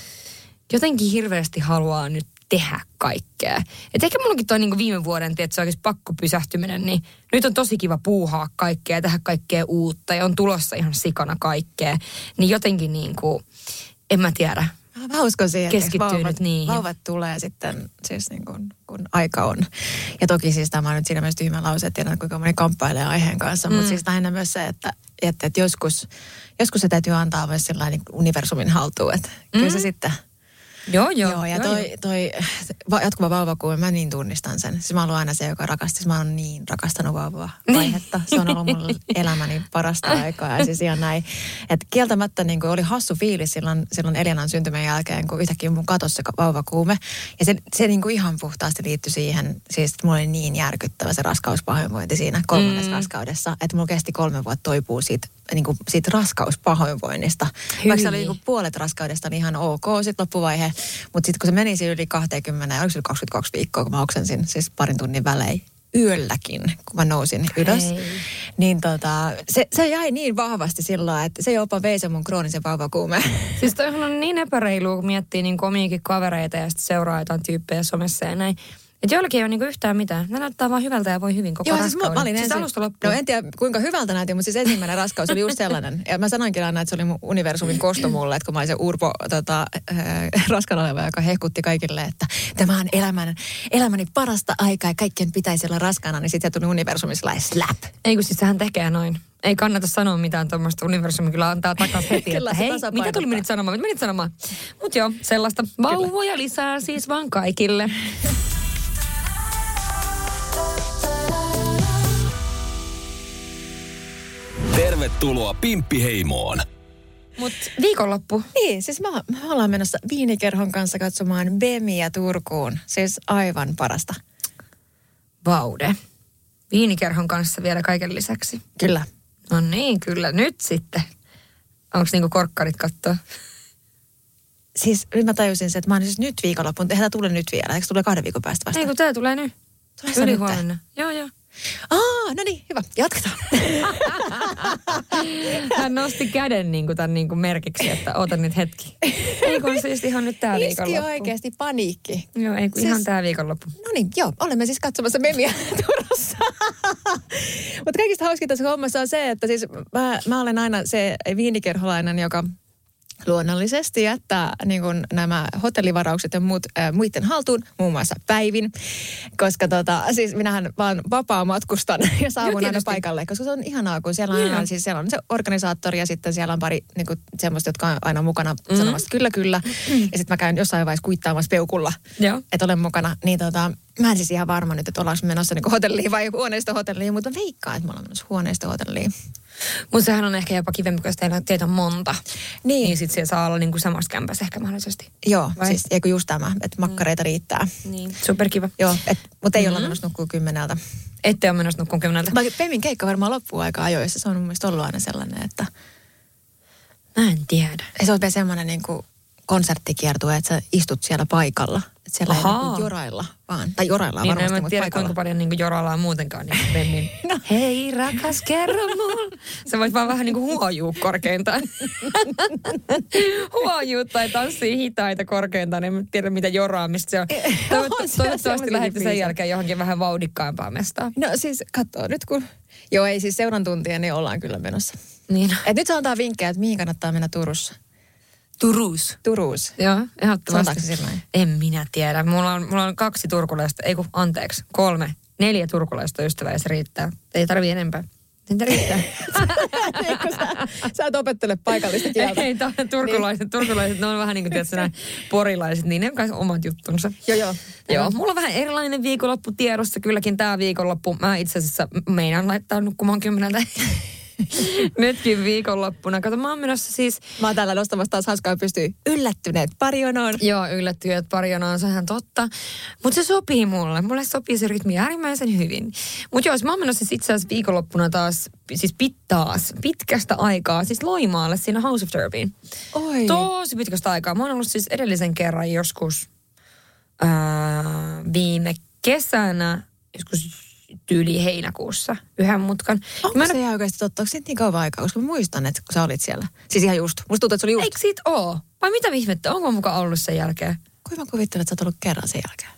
jotenkin hirveästi haluaa nyt tehdä kaikkea. Et ehkä mullakin toi niinku viime vuoden, että se on oikeasti pakko pysähtyminen, niin nyt on tosi kiva puuhaa kaikkea ja tehdä kaikkea uutta ja on tulossa ihan sikana kaikkea. Niin jotenkin niinku, en mä tiedä. Mä uskon siihen, että Keskittyy vauvat, nyt niihin. vauvat tulee sitten siis niin kuin, kun aika on. Ja toki siis tämä on nyt siinä myös tyhmä lause, että tiedän kuinka moni kamppailee aiheen kanssa, mm. mutta siis lähinnä myös se, että, että, että joskus, joskus se täytyy antaa myös sellainen niin universumin haltuun, että mm. kyllä se sitten... Joo, joo. Joo, ja joo, toi, joo. toi va, jatkuva vauvakuume, mä niin tunnistan sen. Siis mä oon ollut aina se, joka rakastaa. Mä oon niin rakastanut vauvaa-vaihetta. Se on ollut mun elämäni parasta aikaa. Ja siis ihan näin. Että kieltämättä niin oli hassu fiilis silloin, silloin Elianan syntymän jälkeen, kun yhtäkkiä mun katosi se vauvakuume. Ja se, se niin kuin ihan puhtaasti liittyi siihen, siis että mulla oli niin järkyttävä se raskauspahoinvointi siinä kolmannessa mm. raskaudessa, että mulla kesti kolme vuotta toipua siitä, niin kuin siitä raskauspahoinvoinnista. Hyi. Vaikka se oli niin kuin puolet raskaudesta, niin ihan ok sitten loppuvaihe. Mutta sitten kun se meni yli kaksikymmentä, oliko se kaksikymmentäkaksi viikkoa, kun mä oksensin siis parin tunnin välein yölläkin, kun mä nousin ylös. Hei. Niin tota, se, se jäi niin vahvasti silloin, että se jopa vei sen mun kroonisen vauvakuumeen. Siis toihan on niin epäreilua, kun miettii niin omiakin kavereita ja sitten seuraa jotain tyyppejä somessa ja näin. Että joillakin ei ole niinku yhtään mitään. Ne näyttää vaan hyvältä ja voi hyvin koko Joo, raskauden. siis mä olin siis ensin, alusta loppuun. no en tiedä kuinka hyvältä näytin, mutta siis ensimmäinen raskaus oli just sellainen. Ja mä sanoinkin aina, että se oli mun universumin kosto mulle, että kun mä olin se urpo tota, äh, raskana oleva, joka hehkutti kaikille, että tämä on elämän, elämäni parasta aikaa ja kaikkien pitäisi olla raskana, niin sitten se tuli universumissa slap. Ei kun siis sehän tekee noin. Ei kannata sanoa mitään tuommoista. Universumi kyllä antaa takas heti, että hei, mitä tuli menit sanomaan? Mitä menit sanomaan? Mut joo, sellaista vauvoja lisää siis vaan kaikille. Tervetuloa Pimppiheimoon. Mut viikonloppu. Niin, siis me, me ollaan menossa Viinikerhon kanssa katsomaan Bemiä Turkuun. Siis aivan parasta. Vaude. Viinikerhon kanssa vielä kaiken lisäksi. Kyllä. No niin, kyllä. Nyt sitten. Onko niinku korkkarit kattoa? Siis nyt mä tajusin se, että mä oon siis nyt viikonloppuun. Eihän tää tule nyt vielä. Eikö tule kahden viikon päästä vasta? Ei kun tää tulee nyt. Tulee se Yli nyt? huomenna. Joo, joo. Aa, no niin, hyvä. Jatketaan. Hän nosti käden niin kuin tämän niin kuin merkiksi, että oota nyt hetki. Ei kun siis ihan nyt tää viikonloppu. Iski oikeasti paniikki. Joo, ei kun siis... ihan tää viikonloppu. No niin, joo, olemme siis katsomassa Memiä Turussa. Mutta kaikista hauskinta tässä hommassa on se, että siis mä, mä olen aina se viinikerholainen, joka luonnollisesti jättää niin kuin nämä hotellivaraukset ja muut äh, muiden haltuun, muun muassa Päivin. Koska tota, siis minähän vaan vapaa matkustan ja saavun aina paikalle, koska se on ihanaa, kun siellä on, aina, siis siellä on se organisaattori ja sitten siellä on pari niin kuin semmoista, jotka on aina mukana mm. sanomassa kyllä, kyllä. Mm. Ja sitten mä käyn jossain vaiheessa kuittaamassa peukulla, että olen mukana. Niin tota, mä en siis ihan varma nyt, että ollaanko menossa niin kuin hotelliin vai huoneesta hotelliin, mutta veikkaan, että me ollaan menossa huoneesta hotelliin. Mutta sehän on ehkä jopa kivempi, koska teillä, teitä on monta. Niin. Niin sitten siellä saa olla niinku samassa kämpässä ehkä mahdollisesti. Joo, vai? Siis eikö just tämä, että makkareita mm. riittää. Niin, superkiva. Joo, mutta ei mm-hmm. olla menossa nukkuu kymmeneltä. Ette ole menossa nukkuu kymmeneltä. Pemin keikka varmaan loppuu aika ajoissa. Se on mun mielestä ollut aina sellainen, että... Mä en tiedä. Ei se ole semmoinen niinku konserttikiertue, että sä istut siellä paikalla. Että siellä Ahaa. ei niinku jorailla vaan. Tai joraillaan niin, varmasti, mutta paikalla. Niin, kuinka paljon niinku joraillaan muutenkaan niin Pemin. No. Hei rakas, kerro mulle. Sä voit vaan vähän niinku huojuu korkeintaan. Huojuu tai tanssii hitaita korkeintaan. En tiedä mitä joraamista se on. Toivottavasti, toivottavasti lähdette sen jälkeen johonkin vähän vauhdikkaampaan mestaan. No siis katsoo nyt kun... Joo, ei siis seuran tuntia, niin ollaan kyllä menossa. Niin. Et nyt sanotaan vinkkejä, että mihin kannattaa mennä Turussa. Turuus. Turuus. Joo, ehdottomasti. Sanotaanko se sillä En minä tiedä. Mulla on, mulla on kaksi turkulaista, ei kun anteeksi, kolme, neljä turkulaista ystävää ja se riittää. Ei tarvii enempää. Niitä riittää. sä, sä et opettele paikallista kieltä. Ei, ei turkulaiset, niin. turkulaiset, ne on vähän niin kuin tietysti nämä porilaiset, niin ne on kai omat juttunsa. Joo, joo. Joo, mulla on vähän erilainen viikonloppu tiedossa. Kylläkin tämä viikonloppu, mä itse asiassa meinaan laittaa nukkumaan kymmeneltä. Nytkin viikonloppuna. Kato, mä oon menossa siis... Mä oon täällä nostamassa taas hauskaa pystyy yllättyneet parjonoon. Joo, yllättyneet parjonoon, sehän totta. Mutta se sopii mulle. Mulle sopii se rytmi äärimmäisen hyvin. Mutta joo, mä oon menossa siis itse asiassa viikonloppuna taas, siis pit taas, pitkästä aikaa, siis Loimaalle siinä House of Derbyin. Oi. Tosi pitkästä aikaa. Mä oon ollut siis edellisen kerran joskus ää, viime kesänä, joskus tyyli heinäkuussa yhden mutkan. Onko mä se ihan oikeasti totta? Onko siitä niin kauan aikaa? Koska mä muistan, että kun sä olit siellä. Siis ihan just. Musta tuntuu, että se oli just. Eikö siitä oo? Vai mitä vihmettä? Onko mukaan ollut sen jälkeen? Kuinka mä kuvittelen, että sä oot ollut kerran sen jälkeen?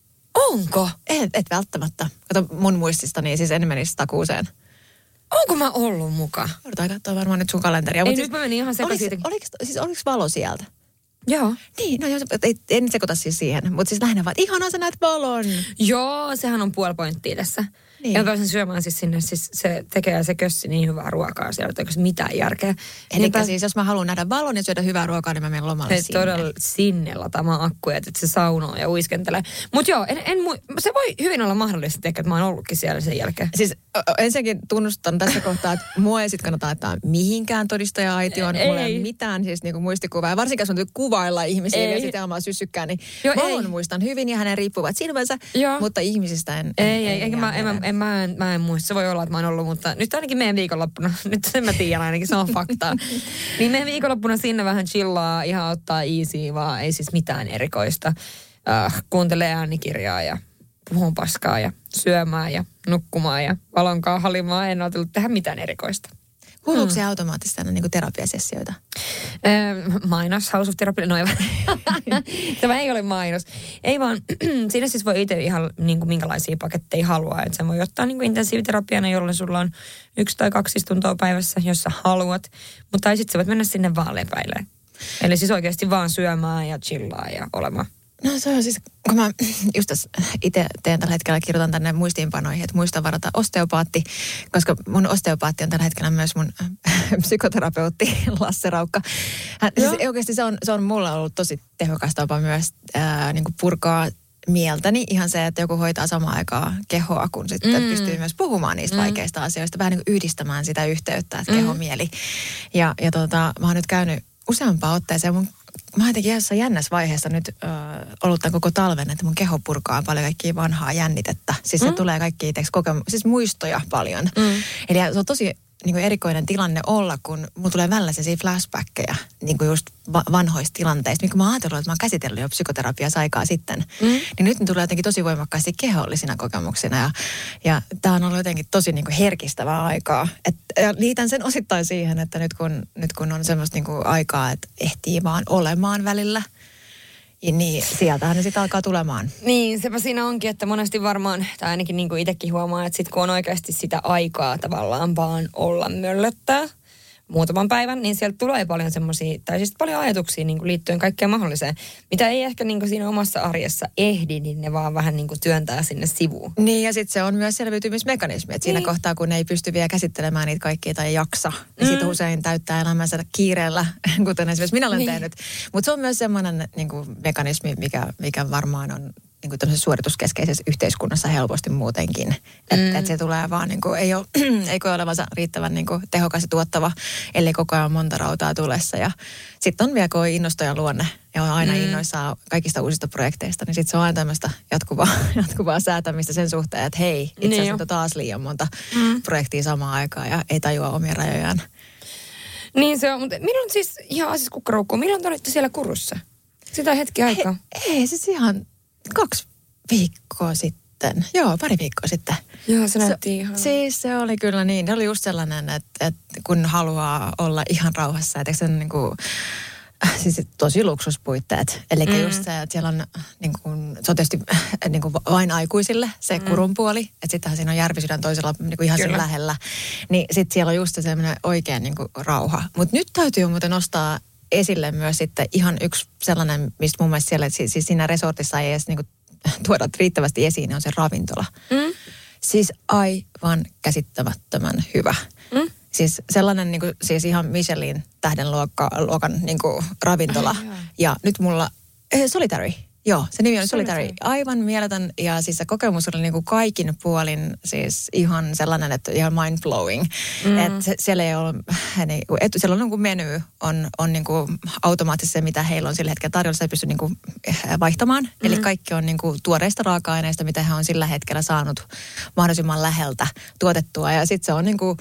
Onko? Et, et välttämättä. Kato mun muistista, niin siis en menisi takuuseen. Onko mä ollut mukaan? Joudutaan katsoa varmaan nyt sun kalenteria. Ei, siis, nyt mä menin ihan sekaisin. Oliko, oliko, siis oliko valo sieltä? Joo. Niin, no jos, en sekoita siis siihen. Mutta siis lähinnä vaan, että ihanaa sä näet valon. Joo, sehän on puoli pointtia tässä. Niin. Ja pääsen syömään siis sinne, siis se tekee se kössi niin hyvää ruokaa siellä, että onko mitään järkeä. Eli niin pääs... siis jos mä haluan nähdä valon ja syödä hyvää ruokaa, niin mä menen lomalle et sinne. Todella sinne latamaan akkuja, että se saunoo ja uiskentelee. Mutta joo, en, en, se voi hyvin olla mahdollista, että mä oon ollutkin siellä sen jälkeen. Siis ensinnäkin tunnustan tässä kohtaa, että mua ei sit kannata laittaa mihinkään todistaja-aitioon. Mulla ei ole mitään siis niinku muistikuvaa. Ja varsinkin jos on kuvailla ihmisiä ei. Ja sitten ilmaa syssykkää, niin joo, valon muistan hyvin ja hänen riippuvat silmänsä, joo. Mutta ihmisistä en... en ei, ei, enkä mä, en, mä, en, mä, en, mä en muista. Se voi olla, että mä oon ollut, mutta nyt ainakin meidän viikonloppuna, nyt sen mä tiedän ainakin, se on faktaa. Niin meidän viikonloppuna sinne vähän chillaa, ihan ottaa easy, vaan ei siis mitään erikoista. Äh, kuuntelee äänikirjaa ja puhun paskaa ja syömään ja nukkumaan ja valonkaan halimaan. En ajatellut tehdä mitään erikoista. Kuuluuko se automaattisesti aina niin terapiasessioita? Öö, mainos, House of Therapy, no ei Tämä ei ole mainos. Ei vaan, siinä siis voi itse ihan niin kuin minkälaisia paketteja haluaa. Että sen voi ottaa niin kuin intensiiviterapiana, jolloin sulla on yksi tai kaksi istuntoa päivässä, jos sä haluat. Mutta tai sitten sä voit mennä sinne vaan lepäilemään. Eli siis oikeasti vaan syömään ja chillaa ja olemaan. No se on siis, kun mä just tässä itse teen tällä hetkellä, kirjoitan tänne muistiinpanoihin, että muista varata osteopaatti, koska mun osteopaatti on tällä hetkellä myös mun psykoterapeutti Lasse Raukka. Hän, siis oikeasti se on, se on mulla ollut tosi tehokas tapa myös ää, niin kuin purkaa mieltäni. Ihan se, että joku hoitaa samaan aikaan kehoa, kun sitten mm. pystyy myös puhumaan niistä mm. vaikeista asioista, vähän niin kuin yhdistämään sitä yhteyttä, että keho, mieli. Ja, ja tota, mä oon nyt käynyt useampaan otteeseen mun Mä oon jotenkin jossain jännässä vaiheessa nyt ö, ollut tämän koko talven, että mun keho purkaa paljon kaikkia vanhaa jännitettä. Siis se mm. tulee kaikkia kokemu- siis muistoja paljon. Mm. Eli se on tosi niin kuin erikoinen tilanne olla, kun mulla tulee välillä sellaisia flashbackkejä niin kuin just va- vanhoista tilanteista, mikä mä oon ajatellut, että mä oon käsitellyt jo psykoterapiassa aikaa sitten. Mm. Niin nyt ne tulee jotenkin tosi voimakkaasti kehollisina kokemuksina ja, ja tää on ollut jotenkin tosi niin kuin herkistävää aikaa. Et, ja liitän sen osittain siihen, että nyt kun, nyt kun on semmoista niin kuin aikaa, että ehtii vaan olemaan välillä, niin sieltähän ne sitten alkaa tulemaan. Niin, sepä siinä onkin, että monesti varmaan, tai ainakin niin kuin itsekin huomaa, että sitten kun on oikeasti sitä aikaa tavallaan vaan olla möllöttää muutaman päivän, niin sieltä tulee paljon semmoisia, tai siis paljon ajatuksia niin kuin liittyen kaikkeen mahdolliseen, mitä ei ehkä niin kuin siinä omassa arjessa ehdi, niin ne vaan vähän niin kuin työntää sinne sivuun. Niin, ja sitten se on myös selviytymismekanismi, että siinä niin. kohtaa, kun ei pysty vielä käsittelemään niitä kaikkia tai jaksa, niin mm. sitten usein täyttää elämänsä kiireellä, kuten esimerkiksi minä olen niin. tehnyt. Mutta se on myös semmoinen niin kuin mekanismi, mikä, mikä varmaan on niin kuin tämmöisessä suorituskeskeisessä yhteiskunnassa helposti muutenkin. Että mm. et se tulee vaan, niin kuin, ei, ole, ei koe olevansa riittävän niin kuin tehokas ja tuottava, ellei koko ajan monta rautaa tulessa. Ja sitten on vielä, kun on innostajan luonne ja on aina mm. innoissaan kaikista uusista projekteista, niin sitten se on aina tämmöistä jatkuvaa, jatkuvaa säätämistä sen suhteen, että hei, itse asiassa niin on taas liian monta mm. projektia samaan aikaan ja ei tajua omia rajojaan. Niin se on, mutta milloin siis, ihan asiassa kukkaroukkuun, milloin te olitte siellä Kurussa? Sitä hetki aikaa. He, ei, siis ihan kaksi viikkoa sitten. Joo, pari viikkoa sitten. Joo, se näytti ihan. Siis se oli kyllä niin. Se oli just sellainen, että, että kun haluaa olla ihan rauhassa, että se on niin kuin, siis tosi luksuspuitteet. Eli mm. just se, että siellä on niin kuin, se on tietysti niin kuin vain aikuisille se mm. Kurun puoli. Että sittenhän siinä on Järvisydän toisella niin kuin ihan sen lähellä. Niin sitten siellä on just se sellainen oikein niin kuin rauha. Mutta nyt täytyy muuten nostaa esille myös sitten ihan yksi sellainen, mistä mun mielestä siellä, siis siinä resortissa ei edes niinku tuoda riittävästi esiin, on se ravintola. Mm. Siis aivan käsittämättömän hyvä. Mm. Siis sellainen niinku, siis ihan Michelin tähden luokka, luokan niinku ravintola. Ai, ja nyt mulla, eh, Solitary. Joo, se nimi on Solitary. Aivan mieletön ja siis se kokemus oli niinku kaikin puolin siis ihan sellainen, että ihan mind-blowing. Mm. Että se, siellä ei ole, niinku, et, siellä on niinku meny, on, on niinku automaattisesti se, mitä heillä on sillä hetkellä tarjolla, se ei pysty niinku vaihtamaan. Mm. Eli kaikki on niinku tuoreista raaka-aineista, mitä he on sillä hetkellä saanut mahdollisimman läheltä tuotettua. Ja sitten se on niinku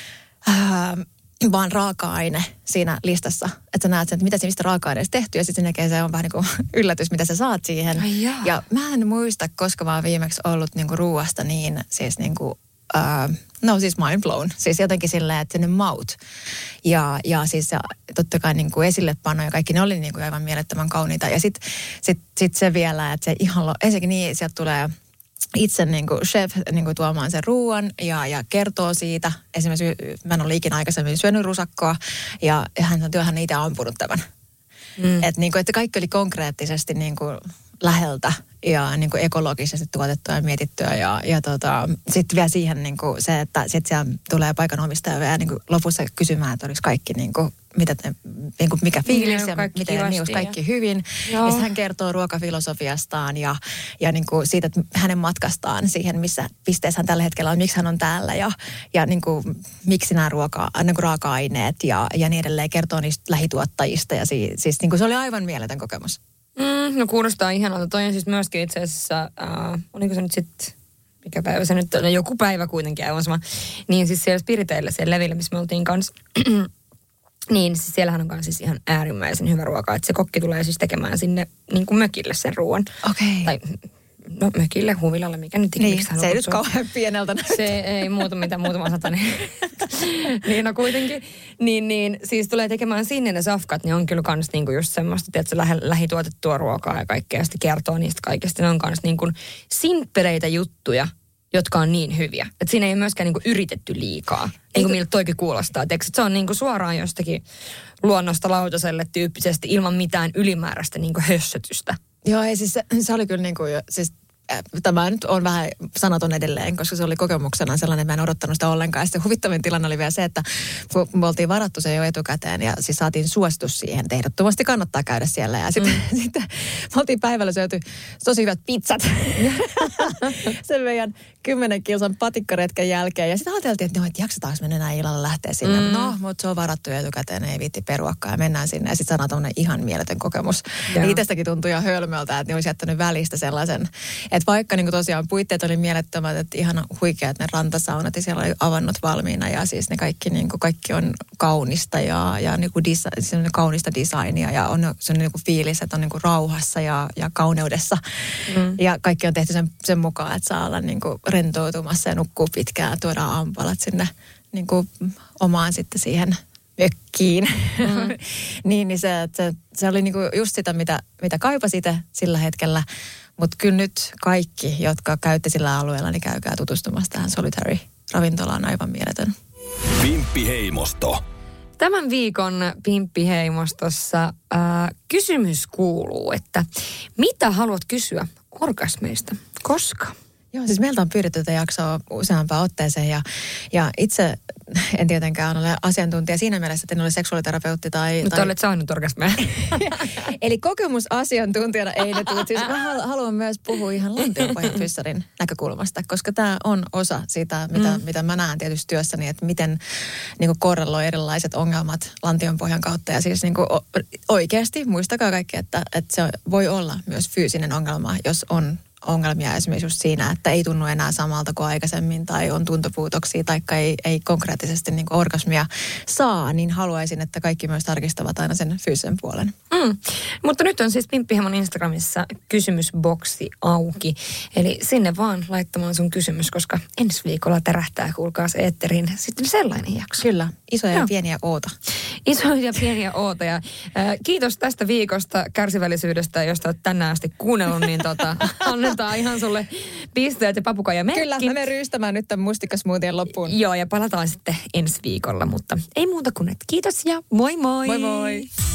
Äh, vaan raaka-aine siinä listassa. Että sä näet sen, että mitä siinä mistä raaka-aineista tehty ja sitten sen se on vähän niin kuin yllätys, mitä sä saat siihen. Ja mä en muista, koska mä oon viimeksi ollut niin kuin ruuasta niin, siis niin kuin, uh, no siis mind blown. Siis jotenkin silleen, että ne maut. Ja, ja siis ja totta kai niin kuin esillepano ja kaikki ne oli niin kuin aivan mielettömän kauniita. Ja sitten sit, sit se vielä, että se ihan, ensinnäkin niin, sieltä tulee itse niin kuin chef niin kuin tuomaan sen ruoan ja, ja kertoo siitä. Esimerkiksi mä en ole ikinä aikaisemmin syönyt rusakkoa ja hän sanoi, että hän itse ampunut tämän. Mm. Että niin kuin, että kaikki oli konkreettisesti niin kuin läheltä ja niin kuin ekologisesti tuotettua ja mietittyä. Ja, ja tota, sitten vielä siihen niin kuin se, että sitten siellä tulee paikanomistaja vielä niin kuin lopussa kysymään, että olisi kaikki niin kuin, mitä te, niin kuin mikä fiilis ja miten nius kaikki hyvin. Joo. Ja sitten hän kertoo ruokafilosofiastaan ja, ja niin kuin siitä, että hänen matkastaan siihen, missä pisteessä hän tällä hetkellä on, miksi hän on täällä ja, ja niin kuin, miksi nämä ruoka, niin kuin raaka-aineet ja, ja niin edelleen. Kertoo niistä lähituottajista ja si, siis niin kuin se oli aivan mieletön kokemus. Mm, no kuulostaa ihanalta. Toi on siis myöskin itse asiassa, äh, oliko se nyt sitten, mikä päivä se nyt on, no joku päivä kuitenkin aivan sama. Niin siis siellä Spiriteillä, siellä Levillä, missä me oltiin kanssa, niin siis siellähän on kanssa siis ihan äärimmäisen hyvä ruoka. Että se kokki tulee siis tekemään sinne niin kuin mökille sen ruoan. Okei. Okay. Tai no mökille, huvilalle, mikä nyt ikinä. Niin, se ei nyt kauhean pieneltä näytä. Se ei muuta mitään muutama satanen. Niin no kuitenkin. Niin, niin siis tulee tekemään sinne ne safkat, niin on kyllä kans niinku just semmoista, tiedätkö, lähe, lähituotettua ruokaa ja kaikkea. Ja sitten kertoo niistä kaikesta. Ne on kans niinku simppeleitä juttuja, jotka on niin hyviä. Että siinä ei myöskään niinku yritetty liikaa. Niin kuin miltä toikin kuulostaa. Tiedätkö, että se on niinku suoraan jostakin luonnosta lautaselle tyyppisesti ilman mitään ylimääräistä niinku hössötystä. Joo, ei siis se, se oli kyllä niin kuin, siis tämä nyt on vähän sanaton edelleen, koska se oli kokemuksena sellainen, että mä en odottanut sitä ollenkaan. Ja sitten huvittavin tilanne oli vielä se, että kun me oltiin varattu se jo etukäteen ja siis saatiin suositus siihen, että ehdottomasti kannattaa käydä siellä. Ja sitten, mm. sitten me oltiin päivällä syöty tosi hyvät pizzat sen meidän kymmenen kilsan patikkaretken jälkeen. Ja sitten ajateltiin, että no, että jaksetaanko me enää illalla lähteä sinne. Mm. No, mutta se on varattu jo etukäteen, ei viitti peruakaan ja mennään sinne. Ja sitten sanoo tommoinen ihan mieletön kokemus. Ja itsestäkin tuntui ihan hölmöltä, että ne olisi jättänyt välistä sellaisen, että Että vaikka niin kuin tosiaan puitteet oli mielettömät, että ihan huikeat ne rantasaunat ja siellä oli avannut valmiina ja siis ne kaikki, niin kuin, kaikki on kaunista ja, ja niin kuin disa, kaunista designia ja on se on niin kuin fiilis, että on niin kuin rauhassa ja, ja kauneudessa. Mm. Ja kaikki on tehty sen, sen mukaan, että saa olla niin kuin rentoutumassa ja nukkuu pitkään ja tuodaan aamupalat sinne niin kuin omaan sitten siihen mökkiin. Mm. niin, niin se, se, se oli niinku just sitä, mitä, mitä kaipasi itse sillä hetkellä. Mutta kyllä nyt kaikki, jotka käytte sillä alueella, niin käykää tutustumassa tähän Solitary-ravintolaan, aivan mieletön. Pimppiheimosto. Tämän viikon Pimppiheimostossa äh, kysymys kuuluu, että mitä haluat kysyä orgasmeista? Koska? Joo, siis meiltä on pyydetty tätä jaksoa useampaan otteeseen ja, ja itse en tietenkään ole asiantuntija siinä mielessä, että en ole seksuaaliterapeutti tai... Mutta tai... olet saanut orgasmeja. Eli kokemusasiantuntijana ei ne tule. Siis mä haluan myös puhua ihan lantionpohjan fyssarin näkökulmasta, koska tämä on osa sitä, mitä, mm. mitä mä näen tietysti työssäni, että miten niin korreloi erilaiset ongelmat lantionpohjan kautta. Ja siis niin oikeasti muistakaa kaikki, että, että se voi olla myös fyysinen ongelma, jos on ongelmia esimerkiksi just siinä, että ei tunnu enää samalta kuin aikaisemmin tai on tuntopuutoksia tai ei, ei konkreettisesti niin kuin orgasmia saa, niin haluaisin, että kaikki myös tarkistavat aina sen fyysisen puolen. Mm. Mutta nyt on siis Pimppiheimon Instagramissa kysymysboksi auki. Eli sinne vaan laittamaan sun kysymys, koska ensi viikolla tärähtää, kuulkaas eetteriin sitten sellainen jakso. Kyllä, isoja Joo. ja pieniä oota. Isoja ja pieniä oota. Ja, äh, kiitos tästä viikosta kärsivällisyydestä, josta olet tänään asti kuunnellut, niin tota, annetaan ihan sulle pisteet ja papukaija merkki. Kyllä, mä menen ryystämään nyt tämän mustikkasmoothien loppuun. Joo, ja palataan sitten ensi viikolla, mutta ei muuta kuin et kiitos ja moi moi! Moi moi!